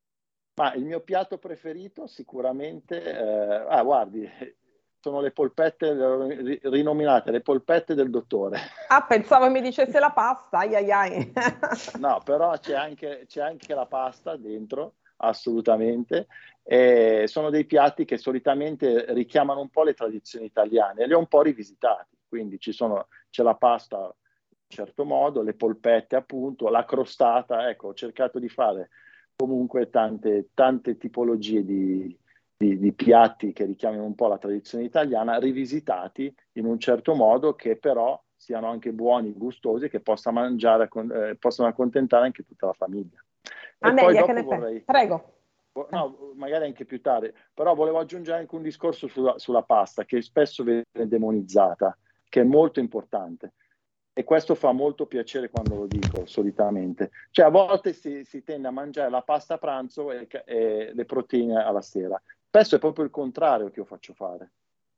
Ma il mio piatto preferito sicuramente... Eh, ah, guardi... sono le polpette rinominate le polpette del dottore. Ah, pensavo mi dicesse la pasta, ai ai ai. No, però c'è anche, c'è anche la pasta dentro, assolutamente, e sono dei piatti che solitamente richiamano un po' le tradizioni italiane e li ho un po' rivisitati, quindi ci sono, c'è la pasta in un certo modo, le polpette appunto, la crostata, ecco, ho cercato di fare comunque tante, tante tipologie di Di, di piatti che richiamano un po' la tradizione italiana, rivisitati in un certo modo che però siano anche buoni, gustosi e che possa mangiare, eh, possano accontentare anche tutta la famiglia. E Amelia, poi dopo che ne vorrei... Prego. No, magari anche più tardi, però volevo aggiungere anche un discorso sulla, sulla pasta che spesso viene demonizzata, che è molto importante. E questo fa molto piacere quando lo dico, solitamente. Cioè, a volte si, si tende a mangiare la pasta a pranzo e, e le proteine alla sera. Spesso è proprio il contrario che io faccio fare.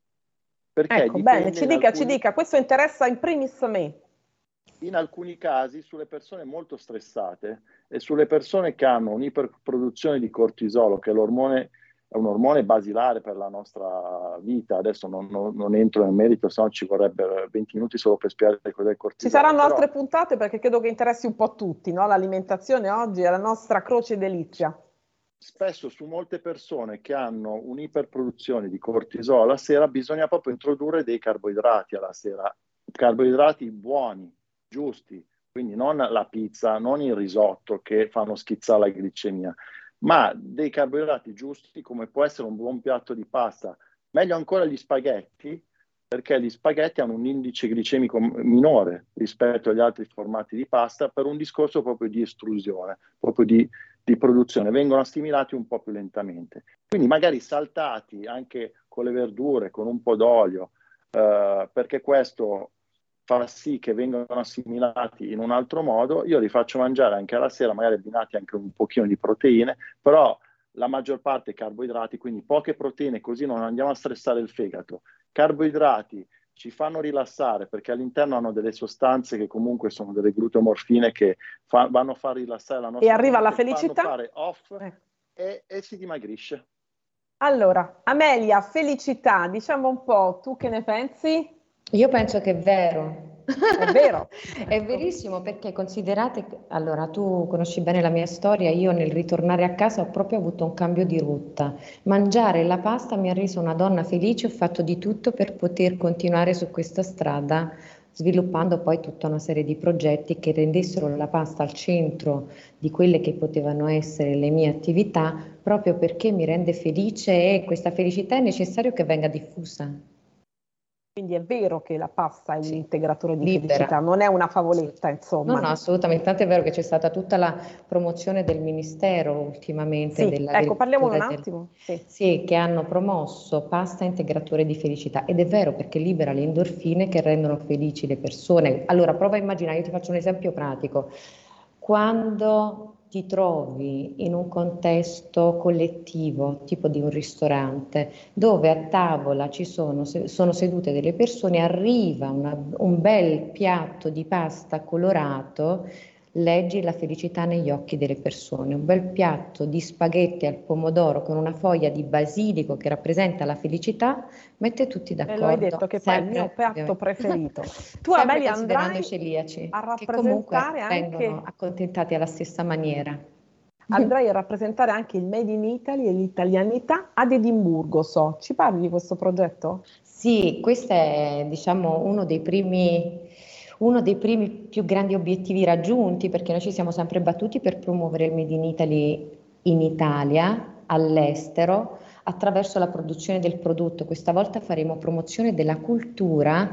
Perché ecco, bene, ci dica, alcuni, ci dica, questo interessa in primis a me. In alcuni casi, sulle persone molto stressate e sulle persone che hanno un'iperproduzione di cortisolo, che è l'ormone è un ormone basilare per la nostra vita. Adesso non, non, non entro nel merito, se no ci vorrebbero venti minuti solo per spiegare cos'è il cortisolo. Ci saranno però... altre puntate perché credo che interessi un po' tutti, no? L'alimentazione oggi è la nostra croce delizia. Spesso su molte persone che hanno un'iperproduzione di cortisolo alla sera bisogna proprio introdurre dei carboidrati alla sera, carboidrati buoni, giusti, quindi non la pizza, non il risotto che fanno schizzare la glicemia, ma dei carboidrati giusti come può essere un buon piatto di pasta, meglio ancora gli spaghetti, perché gli spaghetti hanno un indice glicemico minore rispetto agli altri formati di pasta per un discorso proprio di estrusione, proprio di, di produzione, vengono assimilati un po' più lentamente. Quindi magari saltati anche con le verdure, con un po' d'olio, eh, perché questo fa sì che vengano assimilati in un altro modo. Io li faccio mangiare anche alla sera, magari abbinati anche un pochino di proteine, però la maggior parte carboidrati, quindi poche proteine, così non andiamo a stressare il fegato. Carboidrati ci fanno rilassare perché all'interno hanno delle sostanze che comunque sono delle glutamorfine che fa, vanno a far rilassare la nostra E arriva mente, la felicità? fanno fare off Eh. e, e si dimagrisce. Allora, Amelia, felicità, diciamo un po', tu che ne pensi? Io penso che è vero. È vero. È verissimo, perché considerate, allora tu conosci bene la mia storia, io nel ritornare a casa ho proprio avuto un cambio di rotta. Mangiare la pasta mi ha reso una donna felice, ho fatto di tutto per poter continuare su questa strada, sviluppando poi tutta una serie di progetti che rendessero la pasta al centro di quelle che potevano essere le mie attività, proprio perché mi rende felice e questa felicità è necessario che venga diffusa. Quindi è vero che la pasta è un integratore di Libera. felicità, non è una favoletta, insomma. No, no, assolutamente, tanto è vero che c'è stata tutta la promozione del Ministero ultimamente. Sì, della ecco, parliamone un del- attimo. Sì. Sì, che hanno promosso pasta integratore di felicità, ed è vero perché libera le endorfine che rendono felici le persone. Allora, prova a immaginare, io ti faccio un esempio pratico. Quando ti trovi in un contesto collettivo, tipo di un ristorante, dove a tavola ci sono, sono sedute delle persone, arriva una- un bel piatto di pasta colorato, leggi la felicità negli occhi delle persone. Un bel piatto di spaghetti al pomodoro con una foglia di basilico che rappresenta la felicità, mette tutti E d'accordo. lo hai detto che poi è il sempre, mio piatto ovviamente. preferito. Tu, Sempre Amelia, considerando andrai i celiaci, a che comunque rappresentare vengono anche, accontentati alla stessa maniera. andrai a rappresentare anche il Made in Italy e l'italianità ad Edimburgo, so. Ci parli di questo progetto? Sì, questo è, diciamo, uno dei primi, uno dei primi più grandi obiettivi raggiunti, perché noi ci siamo sempre battuti per promuovere il Made in Italy in Italia, all'estero, attraverso la produzione del prodotto. Questa volta faremo promozione della cultura.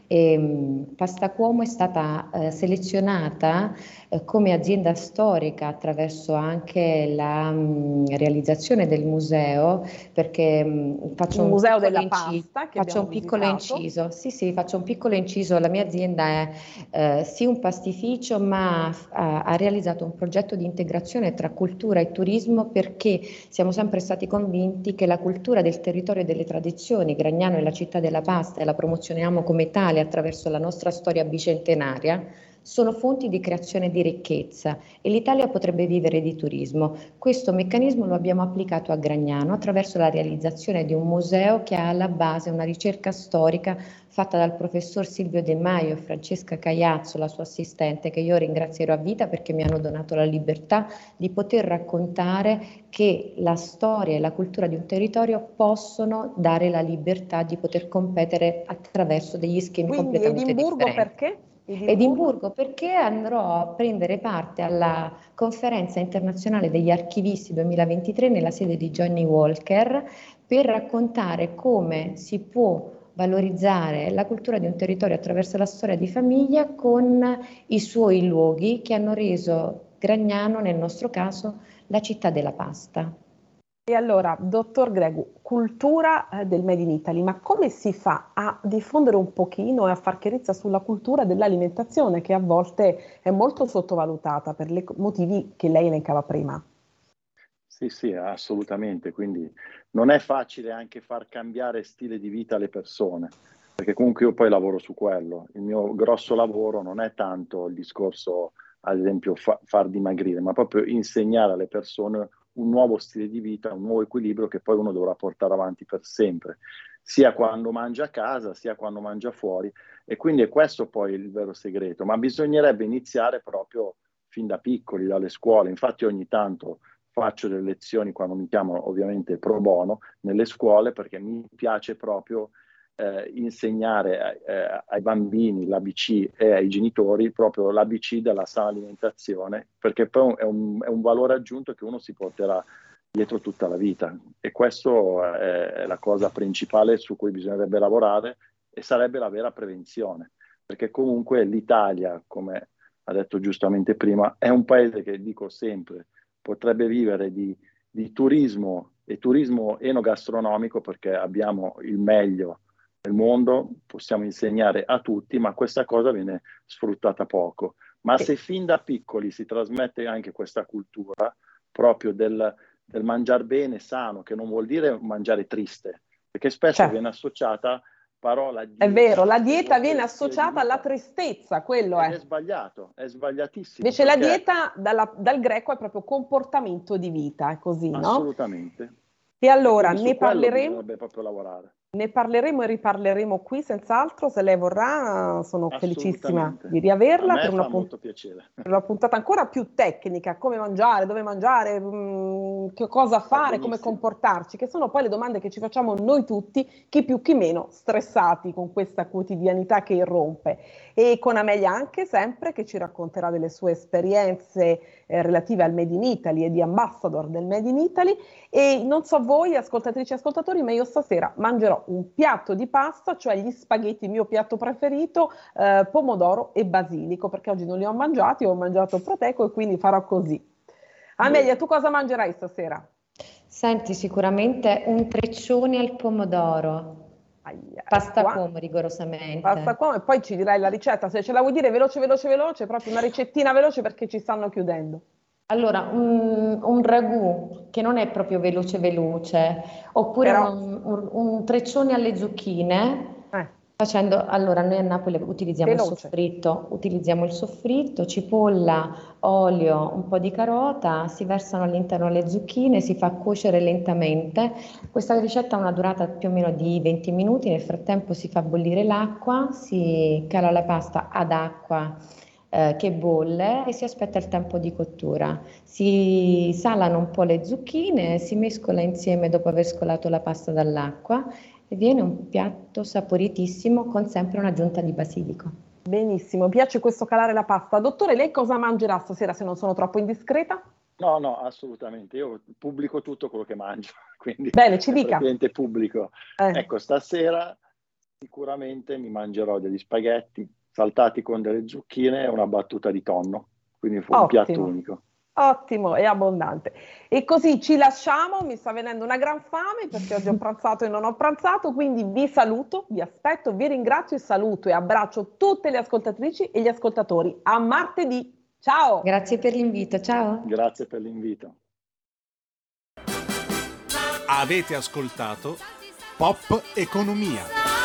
E, Pasta Cuomo è stata eh, selezionata eh, come azienda storica attraverso anche la mh, realizzazione del museo, perché mh, faccio Il un Museo piccolo della inciso, Pasta che faccio abbiamo un piccolo visitato. inciso, sì sì, faccio un piccolo inciso, la mia azienda è eh, sì un pastificio, ma ha, ha realizzato un progetto di integrazione tra cultura e turismo, perché siamo sempre stati convinti che la cultura del territorio e delle tradizioni, Gragnano è la città della pasta e la promozioniamo come tale attraverso la nostra storia bicentenaria, sono fonti di creazione di ricchezza e l'Italia potrebbe vivere di turismo. Questo meccanismo lo abbiamo applicato a Gragnano attraverso la realizzazione di un museo che ha alla base una ricerca storica fatta dal professor Silvio De Maio e Francesca Caiazzo, la sua assistente, che io ringrazierò a vita perché mi hanno donato la libertà di poter raccontare che la storia e la cultura di un territorio possono dare la libertà di poter competere attraverso degli schemi Quindi completamente Edimburgo differenti. perché? Edimburgo? Edimburgo perché andrò a prendere parte alla conferenza internazionale degli archivisti duemilaventitré nella sede di Johnny Walker, per raccontare come si può valorizzare la cultura di un territorio attraverso la storia di famiglia con i suoi luoghi che hanno reso Gragnano, nel nostro caso, la città della pasta. E allora, dottor Gregu, cultura eh, del Made in Italy, ma come si fa a diffondere un pochino e a far chiarezza sulla cultura dell'alimentazione, che a volte è molto sottovalutata per i motivi che lei elencava prima? Sì, sì, assolutamente. Quindi non è facile anche far cambiare stile di vita alle persone, perché comunque io poi lavoro su quello. Il mio grosso lavoro non è tanto il discorso, ad esempio, fa- far dimagrire, ma proprio insegnare alle persone un nuovo stile di vita, un nuovo equilibrio che poi uno dovrà portare avanti per sempre, sia quando mangia a casa, sia quando mangia fuori. E quindi è questo poi il vero segreto, ma bisognerebbe iniziare proprio fin da piccoli, dalle scuole. Infatti ogni tanto faccio delle lezioni, quando mi chiamano ovviamente pro bono, nelle scuole, perché mi piace proprio eh, insegnare eh, ai bambini l'A B C e ai genitori proprio l'A B C della sana alimentazione, perché poi è un, è un valore aggiunto che uno si porterà dietro tutta la vita, e questo è la cosa principale su cui bisognerebbe lavorare, e sarebbe la vera prevenzione, perché comunque l'Italia, come ha detto giustamente prima, è un paese che, dico sempre, potrebbe vivere di, di turismo e turismo enogastronomico, perché abbiamo il meglio del mondo, possiamo insegnare a tutti, ma questa cosa viene sfruttata poco. Ma se fin da piccoli si trasmette anche questa cultura proprio del, del mangiare bene, sano, che non vuol dire mangiare triste, perché spesso certo. viene associata parola dieta. È vero, la dieta viene associata alla tristezza, quello è. È sbagliato, è sbagliatissimo. Invece perché... la dieta dalla, dal greco è proprio comportamento di vita, è così, no? Assolutamente. E allora e ne parleremo. Proprio lavorare. Ne parleremo e riparleremo qui senz'altro, se lei vorrà, sono felicissima di riaverla. A me per una fa punt- molto piacere. Per una puntata ancora più tecnica, come mangiare, dove mangiare, mh, che cosa fare, come comportarci, che sono poi le domande che ci facciamo noi tutti, chi più chi meno, stressati con questa quotidianità che irrompe. E con Amelia anche sempre, che ci racconterà delle sue esperienze eh, relative al Made in Italy e di ambassador del Made in Italy. E non so voi, ascoltatrici e ascoltatori, ma io stasera mangerò un piatto di pasta, cioè gli spaghetti, il mio piatto preferito, eh, pomodoro e basilico, perché oggi non li ho mangiati, ho mangiato proteco e quindi farò così. Amelia, tu cosa mangerai stasera? Senti, sicuramente un treccione al pomodoro. Aia, pasta qua. come rigorosamente. Pasta come, e poi ci dirai la ricetta, se ce la vuoi dire veloce, veloce, veloce, proprio una ricettina veloce perché ci stanno chiudendo. Allora, un, un ragù che non è proprio veloce veloce, oppure Però... un, un, un treccione alle zucchine, eh. facendo, allora noi a Napoli utilizziamo veloce. il soffritto, utilizziamo il soffritto, cipolla, olio, un po' di carota, si versano all'interno le zucchine, si fa cuocere lentamente. Questa ricetta ha una durata più o meno di venti minuti, nel frattempo si fa bollire l'acqua, si cala la pasta ad acqua che bolle e si aspetta il tempo di cottura. Si salano un po' le zucchine, si mescola insieme dopo aver scolato la pasta dall'acqua e viene un piatto saporitissimo con sempre un'aggiunta di basilico. Benissimo, mi piace questo calare la pasta. Dottore, lei cosa mangerà stasera, se non sono troppo indiscreta? No, no, assolutamente. Io pubblico tutto quello che mangio, quindi bene, ci dica. Praticamente pubblico. Eh. Ecco, stasera sicuramente mi mangerò degli spaghetti saltati con delle zucchine e una battuta di tonno, quindi fu un piatto unico. Ottimo e abbondante. E così ci lasciamo, mi sta venendo una gran fame perché oggi ho pranzato e non ho pranzato, quindi vi saluto, vi aspetto, vi ringrazio e saluto e abbraccio tutte le ascoltatrici e gli ascoltatori. A martedì, ciao! Grazie per l'invito, ciao! Grazie per l'invito. Avete ascoltato Pop Economia.